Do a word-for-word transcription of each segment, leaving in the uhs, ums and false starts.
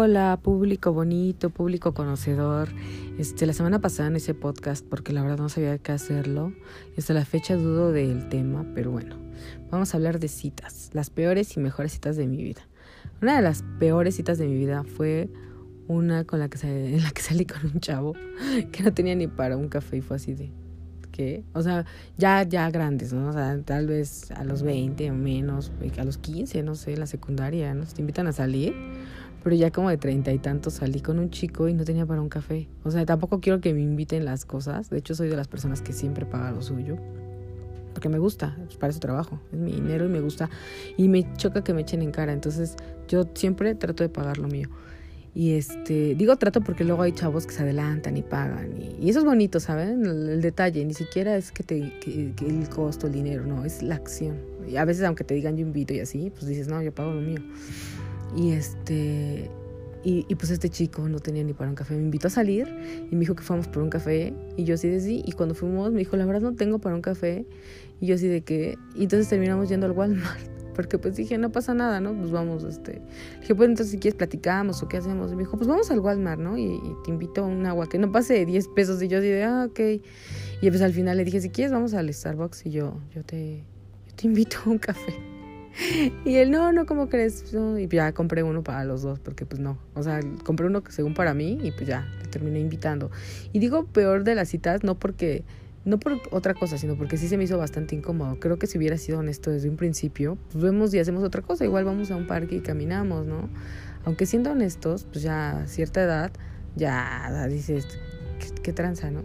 Hola, público bonito, público conocedor. Este, la semana pasada en ese podcast, porque la verdad no sabía qué hacerlo, y hasta la fecha dudo del tema, pero bueno, vamos a hablar de citas, las peores y mejores citas de mi vida. Una de las peores citas de mi vida fue una con la que se, en la que salí con un chavo que no tenía ni para un café y fue así de, ¿qué? O sea, ya, ya grandes, ¿no? O sea, tal vez a los veinte o menos, a los quince, no sé, en la secundaria, ¿no? Te invitan a salir. Pero ya como de treinta y tantos salí con un chico y no tenía para un café. O sea, tampoco quiero que me inviten las cosas. De hecho, soy de las personas que siempre paga lo suyo. Porque me gusta, pues para eso trabajo. Es mi dinero y me gusta. Y me choca que me echen en cara. Entonces, yo siempre trato de pagar lo mío. Y este, digo trato porque luego hay chavos que se adelantan y pagan. Y, y eso es bonito, ¿saben? El, el detalle. Ni siquiera es que te que, que el costo, el dinero. No, es la acción. Y a veces, aunque te digan yo invito y así, pues dices, no, yo pago lo mío. Y este y, y pues este chico no tenía ni para un café. Me invitó a salir y me dijo que fuéramos por un café. Y yo así de sí. Y cuando fuimos me dijo, la verdad no tengo para un café. Y yo así de qué. Y entonces terminamos yendo al Walmart. Porque pues dije, no pasa nada, ¿no? Pues vamos, este... Dije, pues entonces si quieres platicamos o qué hacemos. Y me dijo, pues vamos al Walmart, ¿no? Y, y te invito a un agua que no pase de diez pesos. Y yo así de, ah, ok. Y pues al final le dije, si quieres vamos al Starbucks. Y yo, yo te, yo te invito a un café. Y él, no, no, ¿cómo crees? No. Y ya compré uno para los dos, porque pues no, o sea, compré uno según para mí y pues ya, le terminé invitando. Y digo peor de las citas, no porque, no por otra cosa, sino porque sí se me hizo bastante incómodo. Creo que si hubiera sido honesto desde un principio, pues vemos y hacemos otra cosa, igual vamos a un parque y caminamos, ¿no? Aunque siendo honestos, pues ya a cierta edad, ya dices, qué, qué tranza, ¿no?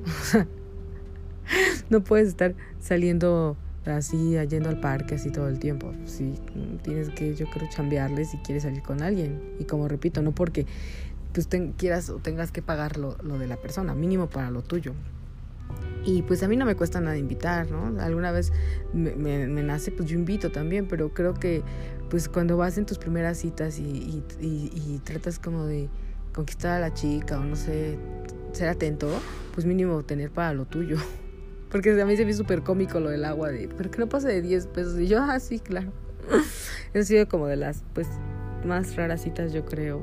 No puedes estar saliendo así, yendo al parque así todo el tiempo. Sí, tienes que, yo creo, chambearle si quieres salir con alguien. Y como repito, no porque pues te, quieras o tengas que pagar lo, lo de la persona, mínimo para lo tuyo. Y pues a mí no me cuesta nada invitar, ¿no? Alguna vez me, me, me nace, pues yo invito también, pero creo que pues cuando vas en tus primeras citas y, y, y, y tratas como de conquistar a la chica o no sé, ser atento, pues mínimo tener para lo tuyo. Porque a mí se me hizo súper cómico lo del agua, de, pero que no pase de diez pesos. Y yo, ah, sí, claro. Eso ha sido como de las, pues, más raras citas, yo creo.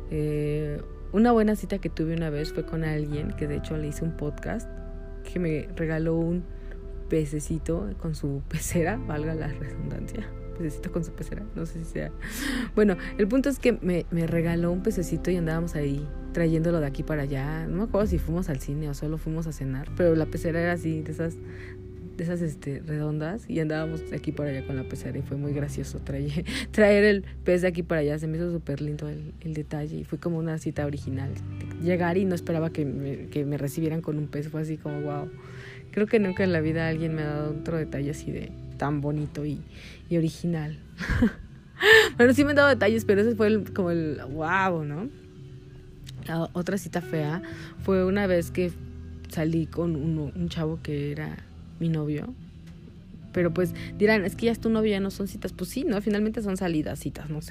Eh, una buena cita que tuve una vez fue con alguien, que de hecho le hice un podcast, que me regaló un pececito con su pecera, valga la redundancia. Pececito con su pecera, no sé si sea. Bueno, el punto es que me, me regaló un pececito y andábamos ahí trayéndolo de aquí para allá. No me acuerdo si fuimos al cine o solo fuimos a cenar, pero la pecera era así, de esas, de esas este, redondas, y andábamos de aquí para allá con la pecera y fue muy gracioso traer, traer el pez de aquí para allá. Se me hizo súper lindo el, el detalle y fue como una cita original. Llegar y no esperaba que me, que me recibieran con un pez, fue así como wow. Creo que nunca en la vida alguien me ha dado otro detalle así de tan bonito y, y original. Bueno, sí me han dado detalles, pero ese fue el, como el wow, ¿no? La otra cita fea fue una vez que salí con un, un chavo que era mi novio. Pero pues dirán, es que ya es tu novio, ya no son citas. Pues sí, ¿no? Finalmente son salidas, citas, no sé.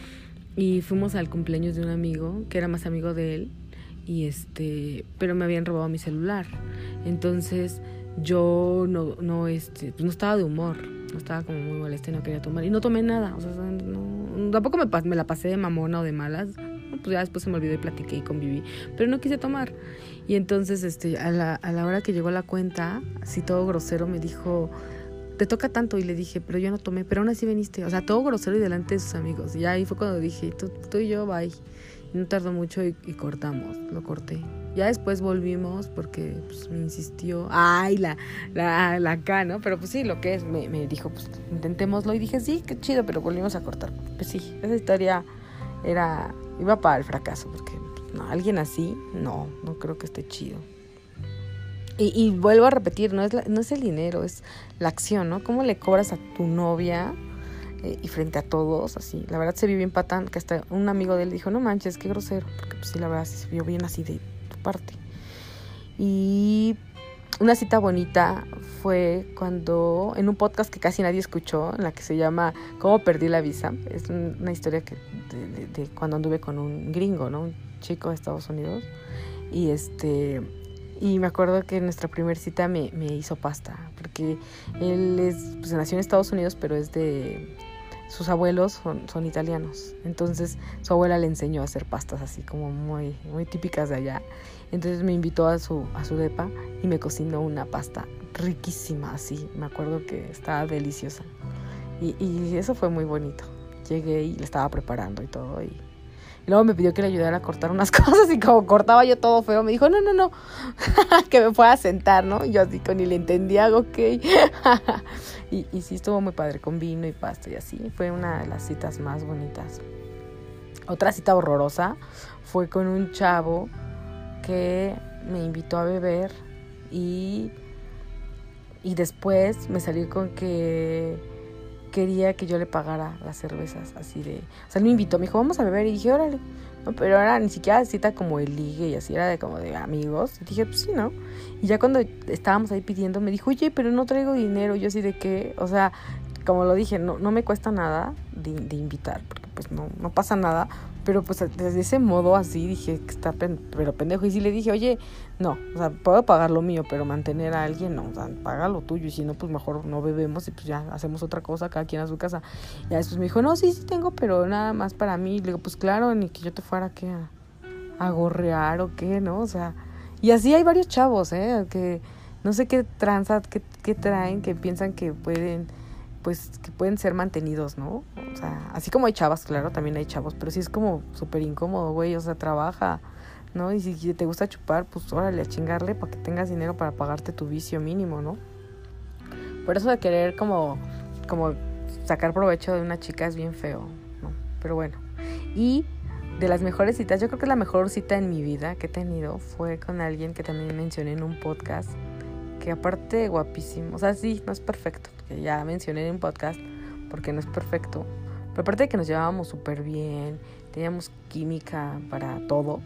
Y fuimos al cumpleaños de un amigo que era más amigo de él. Y este, pero me habían robado mi celular. Entonces yo no, no, este, pues no estaba de humor, no estaba como muy molesta y no quería tomar. Y no tomé nada, o sea, no, tampoco me, me la pasé de mamona o de malas. Pues ya después se me olvidó y platiqué y conviví, pero no quise tomar. Y entonces este, a la, a la hora que llegó la cuenta, así todo grosero, me dijo, te toca tanto. Y le dije, pero yo no tomé, pero aún así viniste. O sea, todo grosero y delante de sus amigos. Y ahí fue cuando dije, tú, tú y yo, bye. Y no tardó mucho y, y cortamos, lo corté. Ya después volvimos porque pues, me insistió. Ay, la, la, la acá, ¿no? Pero pues sí, lo que es, me, me dijo, pues intentémoslo. Y dije, sí, qué chido, pero volvimos a cortar. Pues sí, esa historia era, iba para el fracaso, porque no, alguien así, no, no creo que esté chido. Y, y vuelvo a repetir, no es, la, no es el dinero, es la acción, ¿no? ¿Cómo le cobras a tu novia? Eh, y frente a todos, así, la verdad se vio bien patán, que hasta un amigo de él dijo, no manches, qué grosero, porque pues sí, la verdad se vio bien así de tu parte. Y una cita bonita fue cuando, en un podcast que casi nadie escuchó, en la que se llama ¿Cómo perdí la visa? Es una historia que de, de, de cuando anduve con un gringo, ¿no? Un chico de Estados Unidos. Y este... Y me acuerdo que en nuestra primera cita me, me hizo pasta, porque él es, pues nació en Estados Unidos, pero es de, sus abuelos son, son italianos. Entonces su abuela le enseñó a hacer pastas así como muy, muy típicas de allá. Entonces me invitó a su, a su depa y me cocinó una pasta riquísima así. Me acuerdo que estaba deliciosa. Y, y eso fue muy bonito. Llegué y le estaba preparando y todo. Y, y luego me pidió que le ayudara a cortar unas cosas. Y como cortaba yo todo feo, me dijo, no, no, no. que me fuera a sentar, ¿no? Y yo así con ni le entendía, ok. y, y sí estuvo muy padre, con vino y pasta y así. Fue una de las citas más bonitas. Otra cita horrorosa fue con un chavo que me invitó a beber. Y, y después me salió con que quería que yo le pagara las cervezas, así de... O sea, él me invitó, me dijo, vamos a beber, y dije, órale. No, pero era ni siquiera cita como el ligue y así, era de como de amigos. Y dije, pues sí, ¿no? Y ya cuando estábamos ahí pidiendo, me dijo, oye, pero no traigo dinero. Y yo así de qué, o sea, como lo dije, no, no me cuesta nada de, de invitar, porque pues no, no pasa nada. Pero pues desde ese modo así dije que está pen- pero pendejo. Y sí le dije, oye, no, o sea, puedo pagar lo mío, pero mantener a alguien no, o sea, paga lo tuyo. Y si no, pues mejor no bebemos y pues ya hacemos otra cosa, cada quien a su casa. Y después me dijo, no, sí, sí tengo, pero nada más para mí. Y le digo, pues claro, ni que yo te fuera ¿qué? a, a gorrear o qué, ¿no? O sea, y así hay varios chavos, ¿eh? Que no sé qué tranza, qué, qué traen, que piensan que pueden... pues que pueden ser mantenidos, ¿no? O sea, así como hay chavas, claro, también hay chavos, pero sí es como súper incómodo, güey, o sea, trabaja, ¿no? Y si te gusta chupar, pues órale, a chingarle para que tengas dinero para pagarte tu vicio mínimo, ¿no? Por eso de querer como, como sacar provecho de una chica es bien feo, ¿no? Pero bueno, y de las mejores citas, yo creo que la mejor cita en mi vida que he tenido fue con alguien que también mencioné en un podcast, que aparte guapísimo, o sea, sí, no es perfecto, que ya mencioné en un podcast, porque no es perfecto, pero aparte de que nos llevábamos súper bien, teníamos química para todo,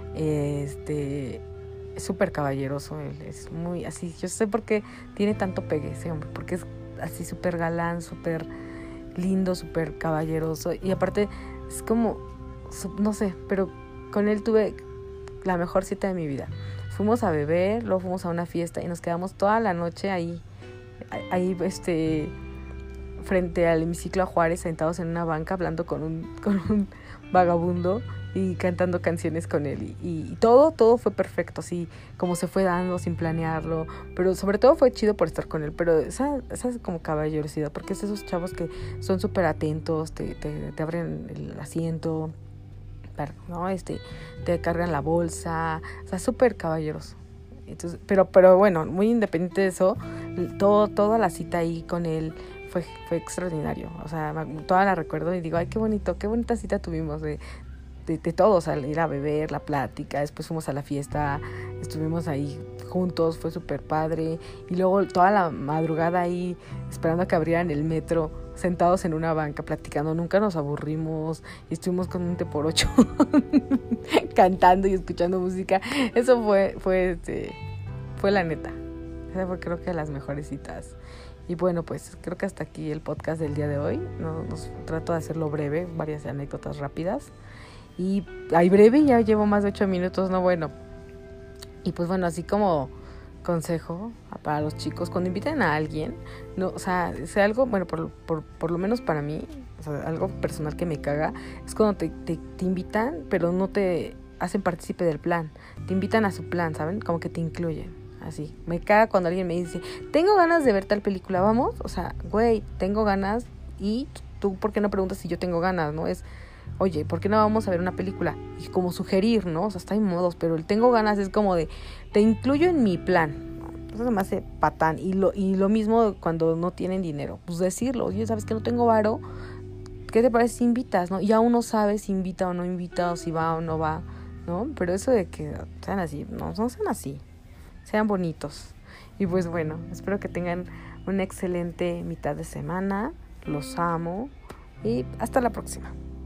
este, es súper caballeroso, él es muy así, yo sé por qué tiene tanto pegue ese hombre, porque es así súper galán, súper lindo, súper caballeroso, y aparte es como, no sé, pero con él tuve la mejor cita de mi vida. Fuimos a beber, luego fuimos a una fiesta y nos quedamos toda la noche ahí, ahí este, frente al hemiciclo a Juárez, sentados en una banca hablando con un, con un vagabundo y cantando canciones con él. Y, y, y todo, todo fue perfecto, así como se fue dando sin planearlo. Pero sobre todo fue chido por estar con él. Pero esa, esa es como caballerosidad, porque es esos chavos que son súper atentos, te, te, te abren el asiento, ¿no? Este, te cargan la bolsa, o sea, súper caballeroso. Entonces, pero, pero bueno, muy independiente de eso, todo, toda la cita ahí con él fue, fue extraordinario. O sea, toda la recuerdo y digo, ay, qué bonito, qué bonita cita tuvimos de, de, de todo, o sea, ir a beber, la plática, después fuimos a la fiesta, estuvimos ahí juntos, fue súper padre. Y luego toda la madrugada ahí esperando a que abrieran el metro, sentados en una banca platicando, nunca nos aburrimos y estuvimos con un té por ocho cantando y escuchando música. Eso fue fue este, fue la neta. Esa fue creo que las mejores citas. Y bueno, pues creo que hasta aquí el podcast del día de hoy. No, nos trato de hacerlo breve, varias anécdotas rápidas. Y hay breve, ya llevo más de ocho minutos, no bueno. Y pues bueno, así como consejo para los chicos, cuando inviten a alguien, no, o sea, sea algo, bueno, por, por, por lo menos para mí, o sea, algo personal que me caga, es cuando te, te, te invitan, pero no te hacen partícipe del plan, te invitan a su plan, ¿saben? Como que te incluyen, así. Me caga cuando alguien me dice, tengo ganas de ver tal película, ¿vamos? O sea, güey, tengo ganas, y tú, ¿por qué no preguntas si yo tengo ganas, no? Es, oye, ¿por qué no vamos a ver una película? Y como sugerir, ¿no? O sea, está en modos, pero el tengo ganas es como de, te incluyo en mi plan, ¿no? Eso se me hace patán. Y lo, y lo mismo cuando no tienen dinero, pues decirlo, oye, ¿sabes que no tengo varo? ¿Qué te parece si invitas, no? Y aún no sabes si invita o no invita, o si va o no va, ¿no? Pero eso de que sean así, no, no sean así, sean bonitos. Y pues bueno, espero que tengan una excelente mitad de semana, los amo y hasta la próxima.